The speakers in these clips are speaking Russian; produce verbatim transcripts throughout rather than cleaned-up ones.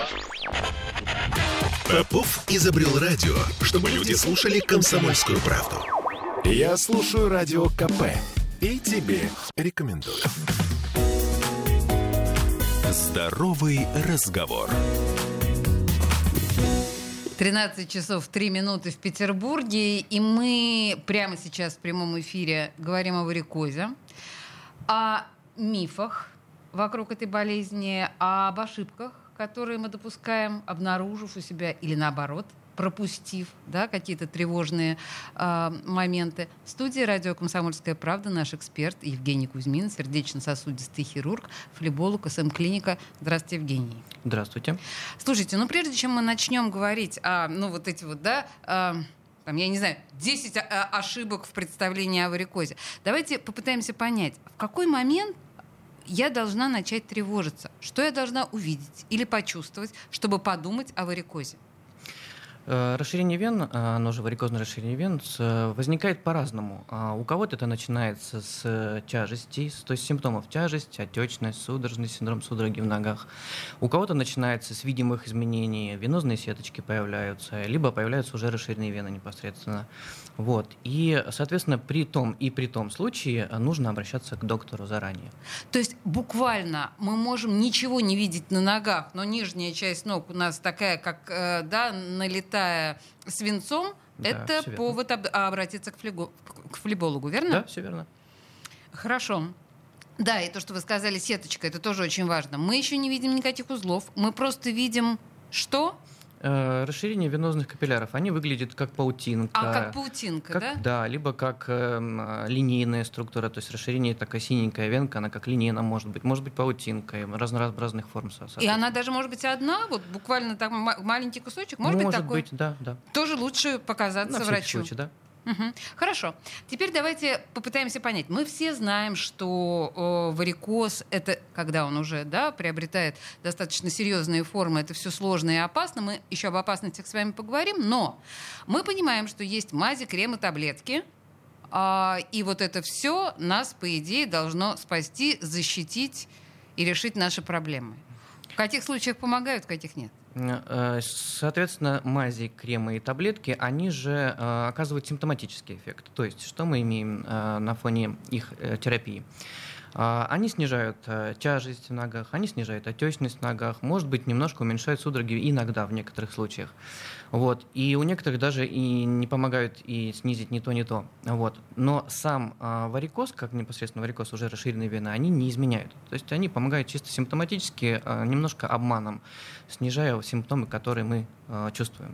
Попов изобрел радио, чтобы люди слушали комсомольскую правду. Я слушаю радио КП и тебе рекомендую. Здоровый разговор. тринадцать часов три минуты в Петербурге, и мы прямо сейчас в прямом эфире говорим о варикозе, о мифах вокруг этой болезни, об ошибках, которые мы допускаем, обнаружив у себя или наоборот, пропустив, да, какие-то тревожные э, моменты. В студии радио «Комсомольская правда» наш эксперт Евгений Кузьмин, сердечно-сосудистый хирург, флеболог, СМ-клиника. Здравствуйте, Евгений. Здравствуйте. Слушайте, ну прежде чем мы начнем говорить о, ну вот эти вот, да, э, там, я не знаю, десять ошибок в представлении о варикозе, давайте попытаемся понять, в какой момент я должна начать тревожиться, что я должна увидеть или почувствовать, чтобы подумать о варикозе. Расширение вен, оно же варикозное расширение вен, возникает по-разному. У кого-то это начинается с тяжести, то есть симптомов тяжесть, отечность, судорожный синдром судороги в ногах. У кого-то начинается с видимых изменений, венозные сеточки появляются, либо появляются уже расширенные вены непосредственно. Вот. И, соответственно, при том и при том случае нужно обращаться к доктору заранее. То есть буквально мы можем ничего не видеть на ногах, но нижняя часть ног у нас такая, как, да, налитая свинцом, да, это повод об- обратиться к, флего- к флебологу, верно? Да, все верно. Хорошо. Да, и то, что вы сказали, сеточка, это тоже очень важно. Мы еще не видим никаких узлов, мы просто видим что? Расширение венозных капилляров. Они выглядят как паутинка. А, как паутинка, как, да? Да, либо как э, линейная структура, то есть расширение такая синенькая венка, она как линейная может быть, может быть паутинкой, разнообразных форм. И она даже может быть одна, вот буквально там маленький кусочек, может, может быть такой? Может быть, да, да. Тоже лучше показаться На врачу. Случай, да. Угу. Хорошо. Теперь давайте попытаемся понять. Мы все знаем, что э, варикоз — это когда он уже, да, приобретает достаточно серьезные формы, это все сложно и опасно. Мы еще об опасностях с вами поговорим, но мы понимаем, что есть мази, кремы, таблетки, э, и вот это все нас, по идее, должно спасти, защитить и решить наши проблемы. В каких случаях помогают, в каких нет? Соответственно, мази, кремы и таблетки, они же э, оказывают симптоматический эффект. То есть, что мы имеем э, на фоне их э, терапии? Э, они снижают э, тяжесть в ногах, они снижают отечность в ногах, может быть, немножко уменьшают судороги иногда в некоторых случаях. Вот. И у некоторых даже и не помогают и снизить ни то, ни то. Вот. Но сам э, варикоз, как непосредственно варикоз, уже расширенные вены, они не изменяют. То есть они помогают чисто симптоматически, э, немножко обманом, снижая симптомы, которые мы э, чувствуем.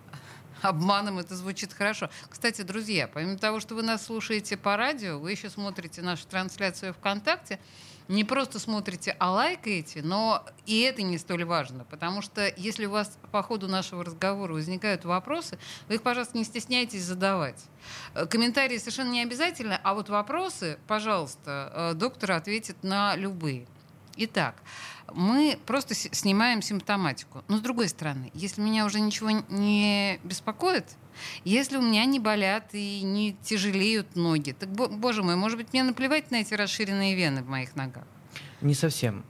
Обманом это звучит хорошо. Кстати, друзья, помимо того, что вы нас слушаете по радио, вы еще смотрите нашу трансляцию ВКонтакте. Не просто смотрите, а лайкаете, но и это не столь важно, потому что если у вас по ходу нашего разговора возникают вопросы, вы их, пожалуйста, не стесняйтесь задавать. Комментарии совершенно не обязательно, а вот вопросы, пожалуйста, доктор ответит на любые. Итак, мы просто с- снимаем симптоматику. Но с другой стороны, если меня уже ничего не беспокоит, если у меня не болят и не тяжелеют ноги, так, боже мой, может быть, мне наплевать на эти расширенные вены в моих ногах? Не совсем.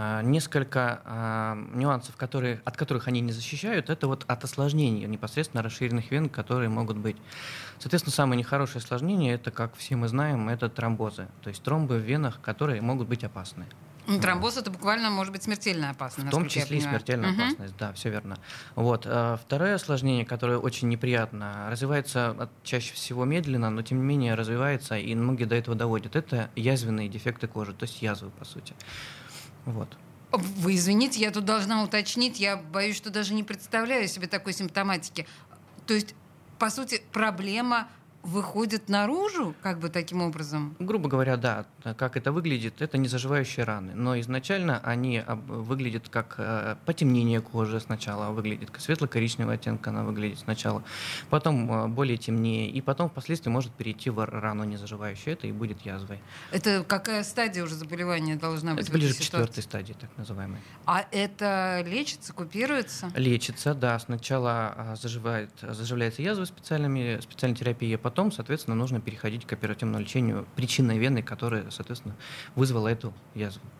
Несколько нюансов, которые, от которых они не защищают, это вот от осложнений непосредственно расширенных вен, которые могут быть. Соответственно, самое нехорошее осложнение, это, как все мы знаем, это тромбозы, то есть тромбы в венах, которые могут быть опасны. Ну, тромбоз — это буквально может быть смертельно опасно. В том числе и смертельная угу. опасность, да, все верно. Вот. Второе осложнение, которое очень неприятно, развивается чаще всего медленно, но тем не менее развивается, и многие до этого доводят. Это язвенные дефекты кожи, то есть язвы, по сути. Вот. Вы извините, я тут должна уточнить, я боюсь, что даже не представляю себе такой симптоматики. То есть, по сути, проблема выходит наружу, как бы таким образом? Грубо говоря, да. Как это выглядит, это не заживающие раны. Но изначально они выглядят как потемнение кожи сначала, выглядит как светло-коричневого оттенка, она выглядит сначала, потом более темнее, и потом впоследствии может перейти в рану незаживающую. Это и будет язвой. Это какая стадия уже заболевания должна быть? Это ближе к четвертой стадии, так называемой. А это лечится, купируется? Лечится, да. Сначала заживает, заживляется язва специальными, специальной терапией, потом Потом, соответственно, нужно переходить к оперативному лечению причинной вены, которая, соответственно, вызвала эту язву.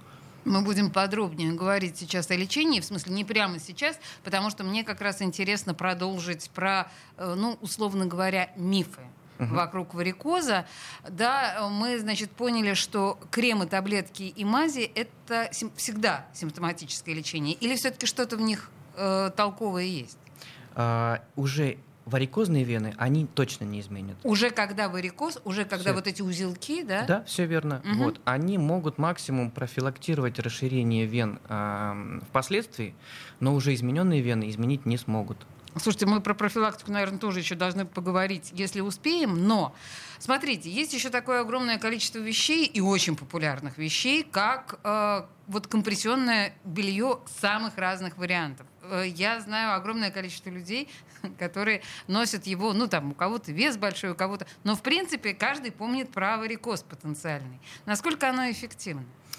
Мы будем подробнее говорить сейчас о лечении, в смысле не прямо сейчас, потому что мне как раз интересно продолжить про, ну, условно говоря, мифы uh-huh. вокруг варикоза. Да, мы, значит, поняли, что кремы, таблетки и мази — это сим- всегда симптоматическое лечение, или все-таки что-то в них э, толковое есть? Uh, уже варикозные вены, они точно не изменят. Уже когда варикоз, уже когда Всё. вот эти узелки, да? Да, все верно. Угу. Вот. Они могут максимум профилактировать расширение вен э, впоследствии, но уже измененные вены изменить не смогут. Слушайте, мы про профилактику, наверное, тоже еще должны поговорить, если успеем. Но, смотрите, есть еще такое огромное количество вещей и очень популярных вещей, как э, вот компрессионное белье самых разных вариантов. Э, я знаю огромное количество людей, которые носят его, ну там у кого-то вес большой, у кого-то... Но, в принципе, каждый помнит про варикоз потенциальный. Насколько оно эффективно?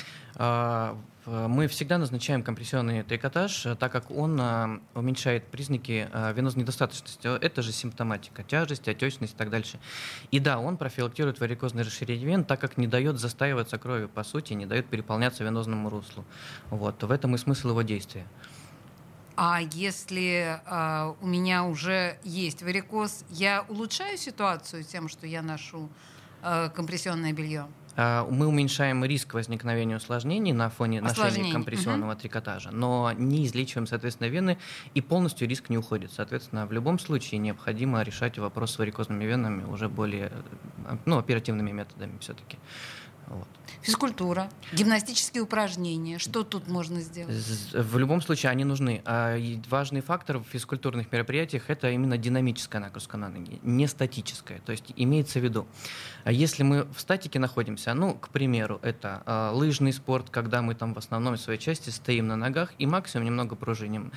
Мы всегда назначаем компрессионный трикотаж, так как он уменьшает признаки венозной недостаточности. Это же симптоматика, тяжесть, отечность и так дальше. И да, он профилактирует варикозное расширение вен, так как не дает застаиваться крови, по сути, не дает переполняться венозному руслу. Вот. В этом и смысл его действия. А если э, у меня уже есть варикоз, я улучшаю ситуацию тем, что я ношу э, компрессионное белье? Мы уменьшаем риск возникновения осложнений на фоне ношения компрессионного угу. трикотажа, но не излечиваем, соответственно, вены, и полностью риск не уходит. Соответственно, в любом случае необходимо решать вопрос с варикозными венами уже более, ну, оперативными методами все-таки. Вот. Физкультура, гимнастические упражнения. Что тут можно сделать? В любом случае они нужны. И важный фактор в физкультурных мероприятиях — это именно динамическая нагрузка на ноги, не статическая. То есть имеется в виду, если мы в статике находимся, ну, к примеру, это лыжный спорт, когда мы там в основном своей части стоим на ногах и максимум немного пружиним.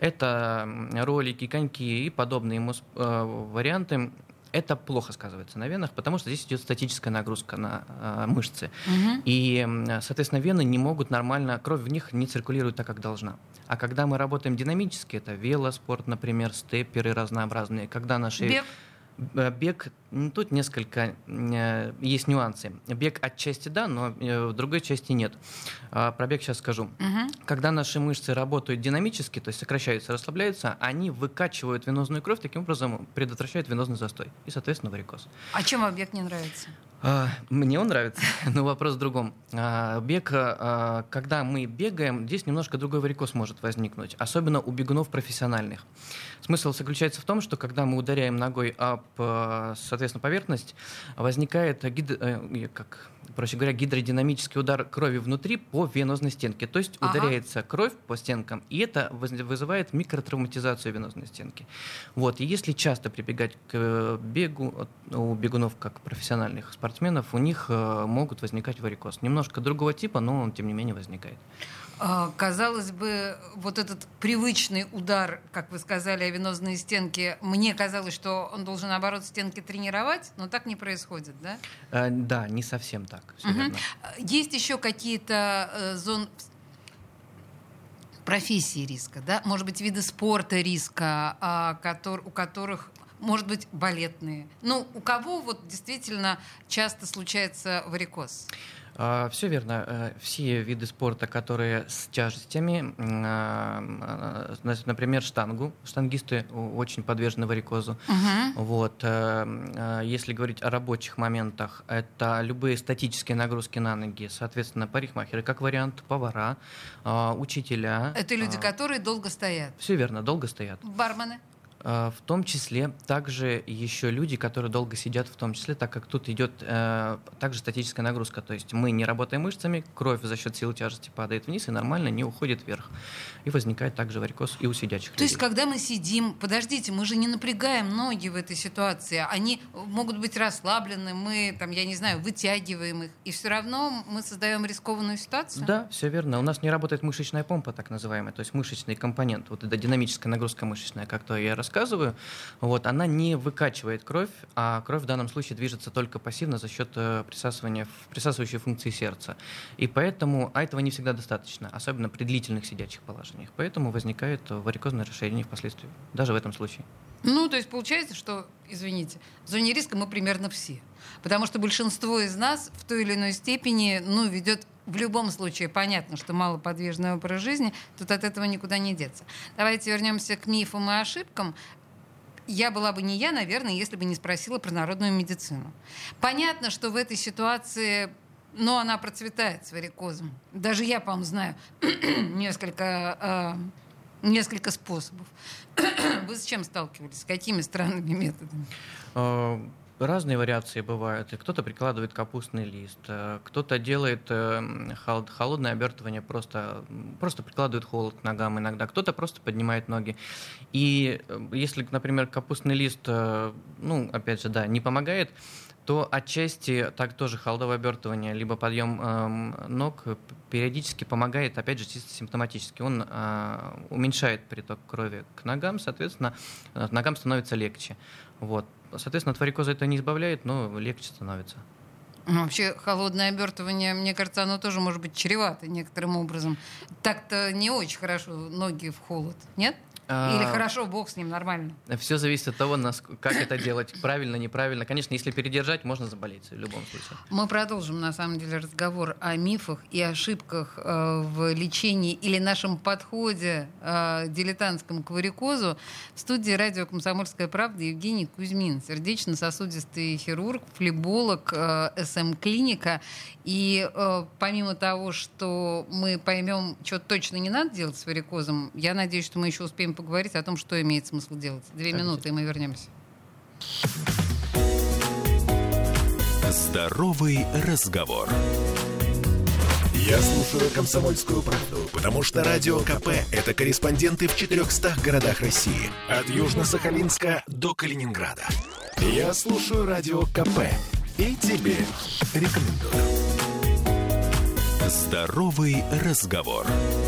Это ролики, коньки и подобные ему варианты. Это плохо сказывается на венах, потому что здесь идет статическая нагрузка на э, мышцы. Угу. И, соответственно, вены не могут нормально, кровь в них не циркулирует так, как должна. А когда мы работаем динамически, это велоспорт, например, степперы разнообразные, когда наши... Бег. Бег, тут несколько э, есть нюансы. Бег отчасти да, но э, в другой части нет. Э, про бег сейчас скажу. Угу. Когда наши мышцы работают динамически, то есть сокращаются, расслабляются, они выкачивают венозную кровь, таким образом предотвращают венозный застой и, соответственно, варикоз. А чем вам бег не нравится? Мне он нравится, но вопрос в другом. Бег, когда мы бегаем, здесь немножко другой варикоз может возникнуть, особенно у бегунов профессиональных. Смысл заключается в том, что когда мы ударяем ногой об, соответственно, поверхность, возникает, гидро, как, проще говоря, гидродинамический удар крови внутри по венозной стенке. То есть ага. ударяется кровь по стенкам, и это вызывает микротравматизацию венозной стенки. Вот. И если часто прибегать к бегу, у бегунов как профессиональных спортсменов, у них могут возникать варикоз. Немножко другого типа, но он, тем не менее, возникает. Казалось бы, вот этот привычный удар, как вы сказали, о венозные стенки, мне казалось, что он должен, наоборот, стенки тренировать, но так не происходит, да? А, да, не совсем так. Все угу. верно. Есть еще какие-то э, зоны профессии риска, да? Может быть, виды спорта риска, а, котор, у которых... Может быть, балетные. Ну, у кого вот действительно часто случается варикоз? Все верно. Все виды спорта, которые с тяжестями, например, штангу, штангисты очень подвержены варикозу. Угу. Вот. Если говорить о рабочих моментах, это любые статические нагрузки на ноги, соответственно, парикмахеры, как вариант, повара, учителя. Это люди, которые долго стоят? Все верно, долго стоят. Бармены? В том числе также еще люди, которые долго сидят, в том числе, так как тут идет э, также статическая нагрузка. То есть мы не работаем мышцами, кровь за счет силы тяжести падает вниз и нормально не уходит вверх. И возникает также варикоз и у сидячих людей. То есть когда мы сидим, подождите, мы же не напрягаем ноги в этой ситуации. Они могут быть расслаблены, мы, там, я не знаю, вытягиваем их. И все равно мы создаем рискованную ситуацию? Да, все верно. У нас не работает мышечная помпа, так называемая, то есть мышечный компонент. Вот эта динамическая нагрузка мышечная, как то я рассказываю. рассказываю, вот, она не выкачивает кровь, а кровь в данном случае движется только пассивно за счет э, присасывания, присасывающей функции сердца. И поэтому, а этого не всегда достаточно, особенно при длительных сидячих положениях. Поэтому возникает варикозное расширение впоследствии, даже в этом случае. Ну, то есть получается, что, извините, в зоне риска мы примерно все. Потому что большинство из нас в той или иной степени, ну, ведет в любом случае понятно, что малоподвижный образ жизни, тут от этого никуда не деться. Давайте вернемся к мифам и ошибкам. Я была бы не я, наверное, если бы не спросила про народную медицину. Понятно, что в этой ситуации, но она процветает с варикозом. Даже я, по-моему, знаю несколько, э, несколько способов. Вы с чем сталкивались? С какими странными методами? Разные вариации бывают. Кто-то прикладывает капустный лист, кто-то делает холодное обертывание, просто, просто прикладывает холод к ногам иногда, кто-то просто поднимает ноги. И если, например, капустный лист, ну, опять же, да, не помогает, то отчасти так тоже холодовое обертывание, либо подъем э, ног периодически помогает, опять же, чисто симптоматически. Он э, уменьшает приток крови к ногам, соответственно, ногам становится легче. Вот. Соответственно, от варикоза это не избавляет, но легче становится. Ну, вообще, холодное обертывание, мне кажется, оно тоже может быть чревато некоторым образом. Так-то не очень хорошо ноги в холод, нет? Или хорошо, бог с ним, нормально? Все зависит от того, как это делать, правильно, неправильно. Конечно, если передержать, можно заболеть в любом случае. Мы продолжим, на самом деле, разговор о мифах и ошибках э, в лечении или нашем подходе э, дилетантском к варикозу. В студии радио «Комсомольская правда» Евгений Кузьмин, сердечно-сосудистый хирург, флеболог, э, эс эм-клиника. И э, помимо того, что мы поймем, что точно не надо делать с варикозом, я надеюсь, что мы еще успеем поговорить о том, что имеет смысл делать. Две так минуты, и мы вернемся. Здоровый разговор. Я слушаю «Комсомольскую правду», потому что Радио КП — это корреспонденты в четырехстах городах России. От Южно-Сахалинска до Калининграда. Я слушаю Радио КП и тебе рекомендую. Здоровый разговор.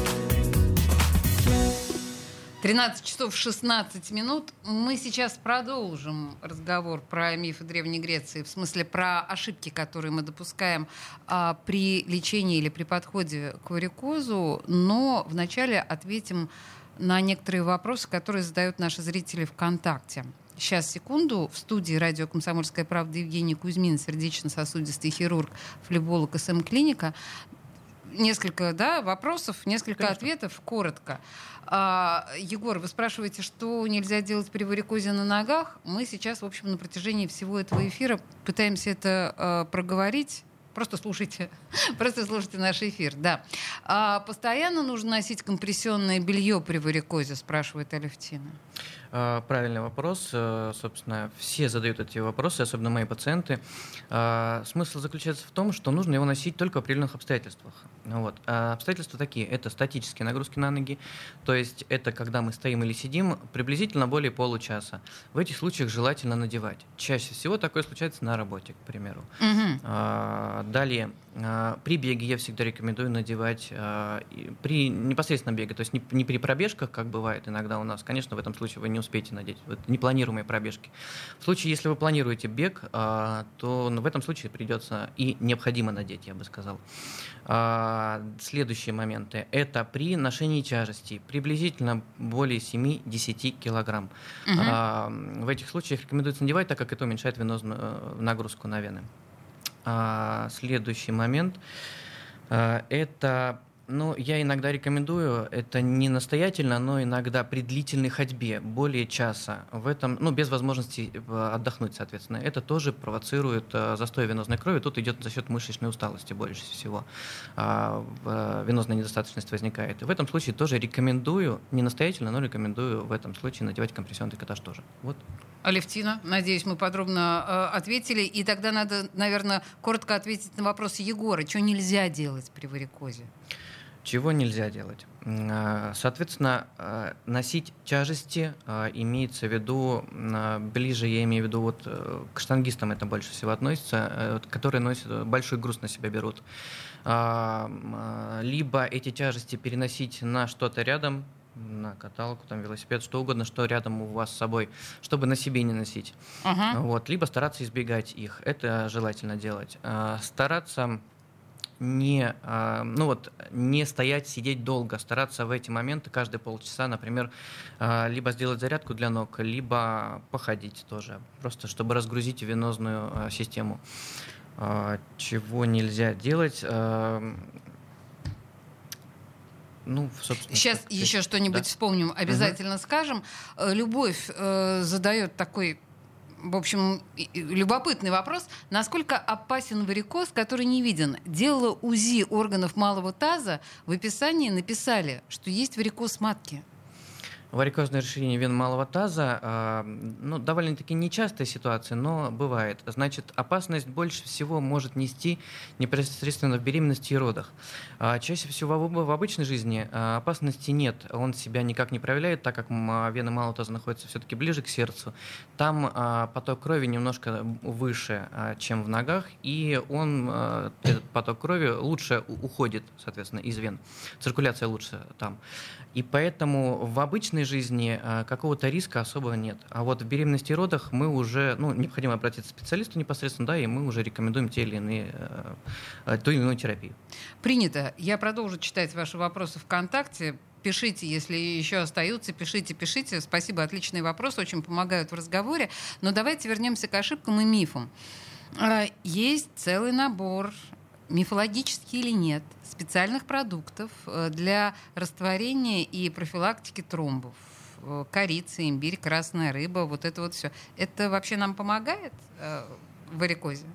тринадцать часов шестнадцать минут. Мы сейчас продолжим разговор про мифы Древней Греции, в смысле про ошибки, которые мы допускаем а, при лечении или при подходе к варикозу, но вначале ответим на некоторые вопросы, которые задают наши зрители ВКонтакте. Сейчас, секунду. В студии радио «Комсомольская правда» Евгений Кузьмин, сердечно-сосудистый хирург, флеболог, эс эм-клиника. Несколько, да, вопросов, несколько Конечно. ответов, коротко. А, Егор, вы спрашиваете, что нельзя делать при варикозе на ногах. Мы сейчас, в общем, на протяжении всего этого эфира пытаемся это а, проговорить. Просто слушайте, просто слушайте наш эфир, да. А постоянно нужно носить компрессионное белье при варикозе, спрашивает Алевтина. Правильный вопрос. Собственно, все задают эти вопросы, особенно мои пациенты. Смысл заключается в том, что нужно его носить только в определенных обстоятельствах. Вот. А обстоятельства такие. Это статические нагрузки на ноги, то есть это когда мы стоим или сидим приблизительно более получаса. В этих случаях желательно надевать. Чаще всего такое случается на работе, к примеру. Угу. Далее, при беге я всегда рекомендую надевать, при непосредственном беге, то есть не при пробежках, как бывает иногда у нас. Конечно, в этом случае вы не успеете надеть. Это непланируемые пробежки. В случае, если вы планируете бег, то в этом случае придется и необходимо надеть, я бы сказал. Следующие моменты. Это при ношении тяжестей, приблизительно более семь-десять килограмм. Угу. В этих случаях рекомендуется надевать, так как это уменьшает венозную нагрузку на вены. Следующий момент. Это... Ну, я иногда рекомендую, это не настоятельно, но иногда при длительной ходьбе, более часа, в этом, ну, без возможности отдохнуть, соответственно, это тоже провоцирует застой венозной крови. Тут идет за счет мышечной усталости больше всего. Венозная недостаточность возникает. И в этом случае тоже рекомендую, не настоятельно, но рекомендую в этом случае надевать компрессионный трикотаж тоже. Вот. Алевтина, надеюсь, мы подробно э, ответили. И тогда надо, наверное, коротко ответить на вопрос Егора. Что нельзя делать при варикозе? Чего нельзя делать? Соответственно, носить тяжести имеется в виду, ближе я имею в виду вот к штангистам это больше всего относится, которые носят, большой груз на себя берут. Либо эти тяжести переносить на что-то рядом, на каталку, там, велосипед, что угодно, что рядом у вас с собой, чтобы на себе не носить. Uh-huh. Вот. Либо стараться избегать их. Это желательно делать. Стараться не, ну вот, не стоять, сидеть долго, стараться в эти моменты каждые полчаса, например, либо сделать зарядку для ног, либо походить тоже, просто чтобы разгрузить венозную систему. Чего нельзя делать? Ну, собственно, Сейчас так, еще что-нибудь да? вспомним, обязательно угу. скажем. Любовь э, задает такой, в общем, любопытный вопрос. Насколько опасен варикоз, который не виден? Делала УЗИ органов малого таза, в описании написали, что есть варикоз матки. Варикозное расширение вен малого таза, э, ну, довольно-таки нечастая ситуация, но бывает. Значит, опасность больше всего может нести непосредственно в беременности и родах. А чаще всего в, в обычной жизни э, опасности нет. Он себя никак не проявляет, так как вены малого таза находятся все-таки ближе к сердцу. Там э, поток крови немножко выше, э, чем в ногах, и он, э, этот поток крови лучше уходит, соответственно, из вен. Циркуляция лучше там. И поэтому в обычной жизни э, какого-то риска особого нет. А вот в беременности и родах мы уже, ну, необходимо обратиться к специалисту непосредственно, да, и мы уже рекомендуем те или иные, э, ту или иную терапию. Принято. Я продолжу читать ваши вопросы ВКонтакте. Пишите, если еще остаются, пишите, пишите. Спасибо, отличные вопросы, очень помогают в разговоре. Но давайте вернемся к ошибкам и мифам. Есть целый набор, мифологический или нет, специальных продуктов для растворения и профилактики тромбов. Корица, имбирь, красная рыба, вот это вот все. Это вообще нам помогает в варикозе?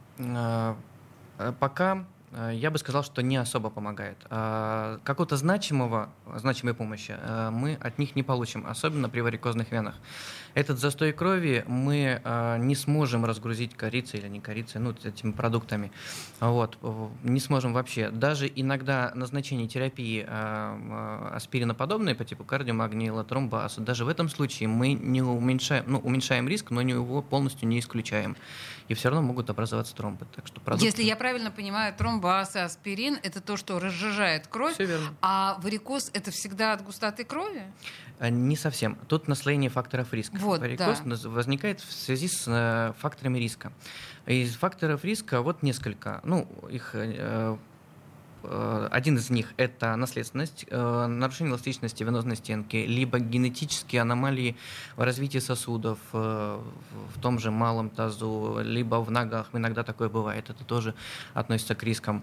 Пока я бы сказал, что не особо помогает. Какого-то значимого, значимой помощи мы от них не получим, особенно при варикозных венах. Этот застой крови мы не сможем разгрузить корицей или не корицей, ну, этими продуктами. Вот. Не сможем вообще. Даже иногда назначение терапии аспириноподобной по типу кардиомагнила, тромбоаса, даже в этом случае мы не уменьшаем, ну, уменьшаем риск, но его полностью не исключаем. И все равно могут образоваться тромбы. Так что продукты... Если я правильно понимаю, тромбоаз и аспирин — это то, что разжижает кровь, а варикоз — это всегда от густоты крови? Не совсем. Тут наслоение факторов риска. Вот, варикоз да. возникает в связи с э, факторами риска. Из факторов риска вот несколько. Ну, их... Э, Один из них – это наследственность, нарушение эластичности венозной стенки, либо генетические аномалии в развитии сосудов в том же малом тазу, либо в ногах. Иногда такое бывает, это тоже относится к рискам.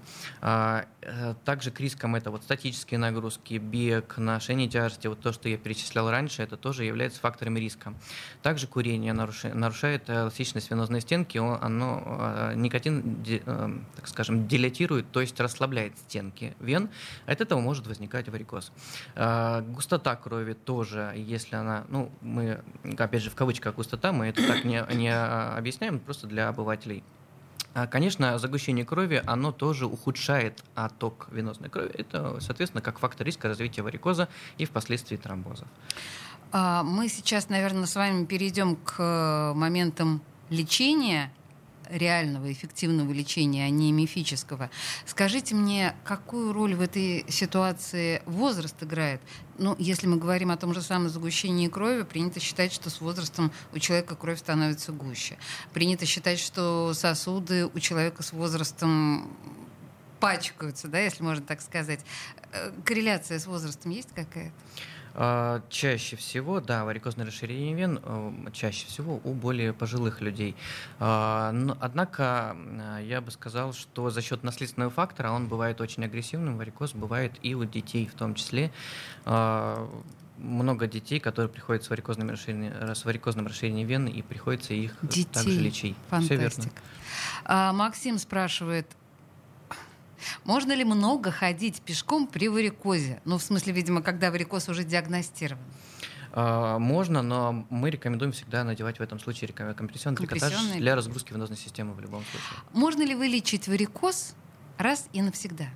Также к рискам это вот статические нагрузки, бег, ношение тяжести, вот то, что я перечислял раньше, это тоже является факторами риска. Также курение нарушает эластичность венозной стенки, оно, никотин, так скажем, дилатирует, то есть расслабляет стенки вен, от этого может возникать варикоз. А, густота крови тоже, если она, ну, мы, опять же, в кавычках густота, мы это так не, не объясняем, просто для обывателей. А, конечно, загущение крови, оно тоже ухудшает отток венозной крови. Это, соответственно, как фактор риска развития варикоза и впоследствии тромбозов. А, мы сейчас, наверное, с вами перейдем к моментам лечения, реального, эффективного лечения, а не мифического. Скажите мне, какую роль в этой ситуации возраст играет? Ну, если мы говорим о том же самом загущении крови, принято считать, что с возрастом у человека кровь становится гуще. Принято считать, что сосуды у человека с возрастом пачкаются, да, если можно так сказать. Корреляция с возрастом есть какая-то? Чаще всего, да, варикозное расширение вен чаще всего у более пожилых людей. Но, однако, я бы сказал, что за счет наследственного фактора он бывает очень агрессивным. Варикоз бывает и у детей в том числе. Много детей, которые приходят с варикозным расширением, с варикозным расширением вен, и приходится их детей. Также лечить. Фантастика. А, Максим спрашивает, можно ли много ходить пешком при варикозе? Ну, в смысле, видимо, когда варикоз уже диагностирован. Можно, но мы рекомендуем всегда надевать в этом случае компрессионный трикотаж для разгрузки венозной системы в любом случае. Можно ли вылечить варикоз раз и навсегда?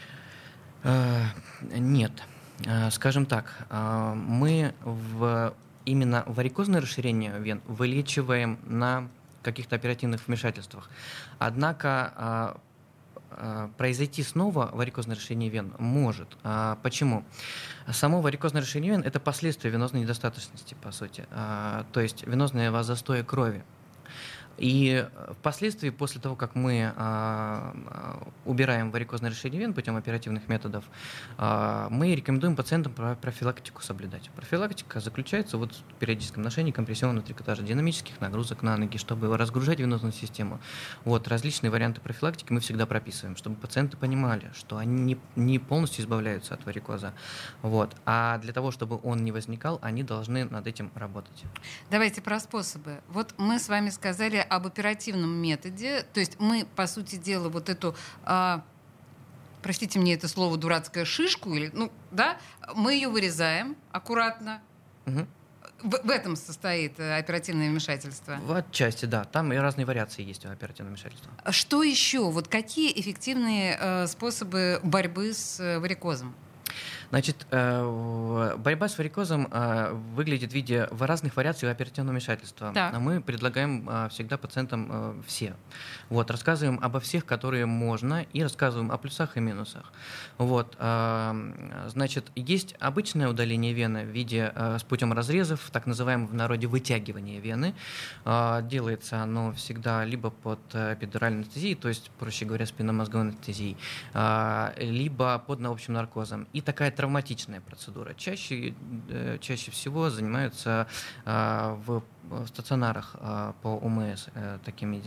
Нет. Скажем так, мы в именно варикозное расширение вен вылечиваем на каких-то оперативных вмешательствах. Однако произойти снова варикозное расширение вен может. А, почему? Само варикозное расширение вен – это последствия венозной недостаточности, по сути. А, то есть венозного застоя крови. И впоследствии, после того, как мы а, убираем варикозное расширение вен путем оперативных методов, а, мы рекомендуем пациентам профилактику соблюдать. Профилактика заключается вот в периодическом ношении компрессионного трикотажа, динамических нагрузок на ноги, чтобы разгружать венозную систему. Вот, различные варианты профилактики мы всегда прописываем, чтобы пациенты понимали, что они не, не полностью избавляются от варикоза. Вот. А для того, чтобы он не возникал, они должны над этим работать. Давайте про способы. Вот мы с вами сказали об оперативном методе, то есть мы, по сути дела, вот эту, а, простите мне это слово, дурацкая шишку, или, ну, да, мы ее вырезаем аккуратно. Угу. В, в этом состоит оперативное вмешательство? В отчасти, да. Там и разные вариации есть у оперативного вмешательства. Что еще? Вот какие эффективные э, способы борьбы с э, варикозом? Значит, борьба с варикозом выглядит в виде разных вариаций оперативного вмешательства. Так. Мы предлагаем всегда пациентам все. Вот, рассказываем обо всех, которые можно, и рассказываем о плюсах и минусах. Вот, значит, есть обычное удаление вены в виде с путем разрезов, так называемое в народе вытягивание вены. Делается оно всегда либо под эпидуральной анестезией, то есть, проще говоря, спинномозговой анестезией, либо под общим наркозом. И такая травматичная процедура. Чаще, чаще всего занимаются в стационарах по ОМС такими,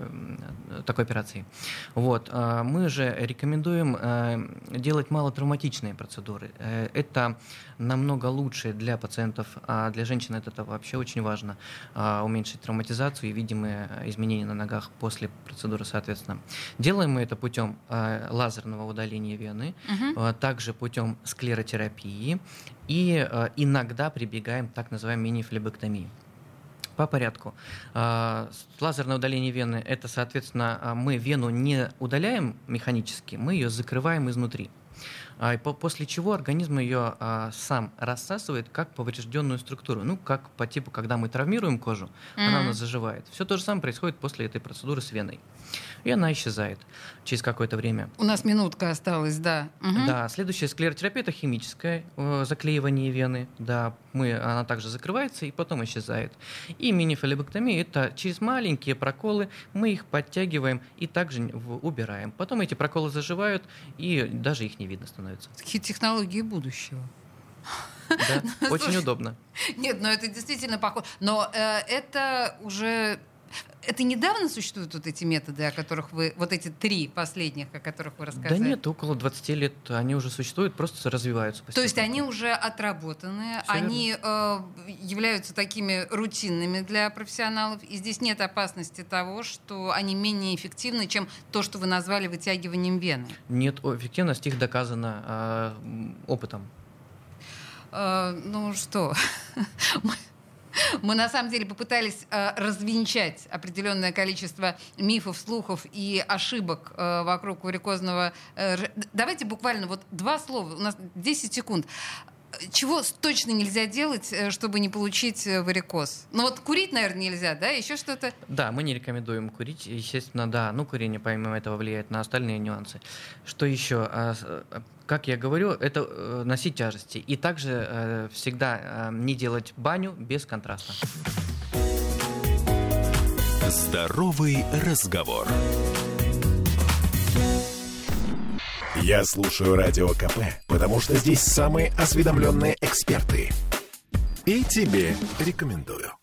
такой операцией. Вот. Мы же рекомендуем делать малотравматичные процедуры. Это намного лучше для пациентов, а для женщин это вообще очень важно. Уменьшить травматизацию и видимые изменения на ногах после процедуры, соответственно. Делаем мы это путем лазерного удаления вены, угу. также путем склеротерапии и иногда прибегаем к так называемой мини-флебектомии. По порядку. Лазерное удаление вены – это, соответственно, мы вену не удаляем механически, мы ее закрываем изнутри. После чего организм ее сам рассасывает как поврежденную структуру. Ну, как по типу, когда мы травмируем кожу, mm-hmm. она у нас заживает. Все то же самое происходит после этой процедуры с веной. И она исчезает через какое-то время. У нас минутка осталась, да. Угу. Да, следующая склеротерапия – это химическое э, заклеивание вены. Да, мы, она также закрывается и потом исчезает. И мини-флебектомия – это через маленькие проколы мы их подтягиваем и также в, убираем. Потом эти проколы заживают, и даже их не видно становится. Такие технологии будущего. Да, очень удобно. Нет, но это действительно похоже. Но э, это уже... Это недавно существуют вот эти методы, о которых вы... Вот эти три последних, о которых вы рассказали? Да нет, около двадцати лет они уже существуют, просто развиваются постепенно. То есть они уже отработаны, Все они э, являются такими рутинными для профессионалов, и здесь нет опасности того, что они менее эффективны, чем то, что вы назвали вытягиванием вены? Нет, эффективность их доказана э, опытом. Э, ну что... Мы на самом деле попытались э, развенчать определенное количество мифов, слухов и ошибок э, вокруг варикозного. Э, давайте буквально вот два слова. У нас десять секунд. Чего точно нельзя делать, чтобы не получить варикоз? Ну вот курить, наверное, нельзя, да? Еще что-то? Да, мы не рекомендуем курить. Естественно, да, ну курение помимо этого влияет на остальные нюансы. Что еще? Как я говорю, это носить тяжести. И также всегда не делать баню без контраста. Здоровый разговор. Я слушаю Радио КП, потому что здесь самые осведомленные эксперты. И тебе рекомендую.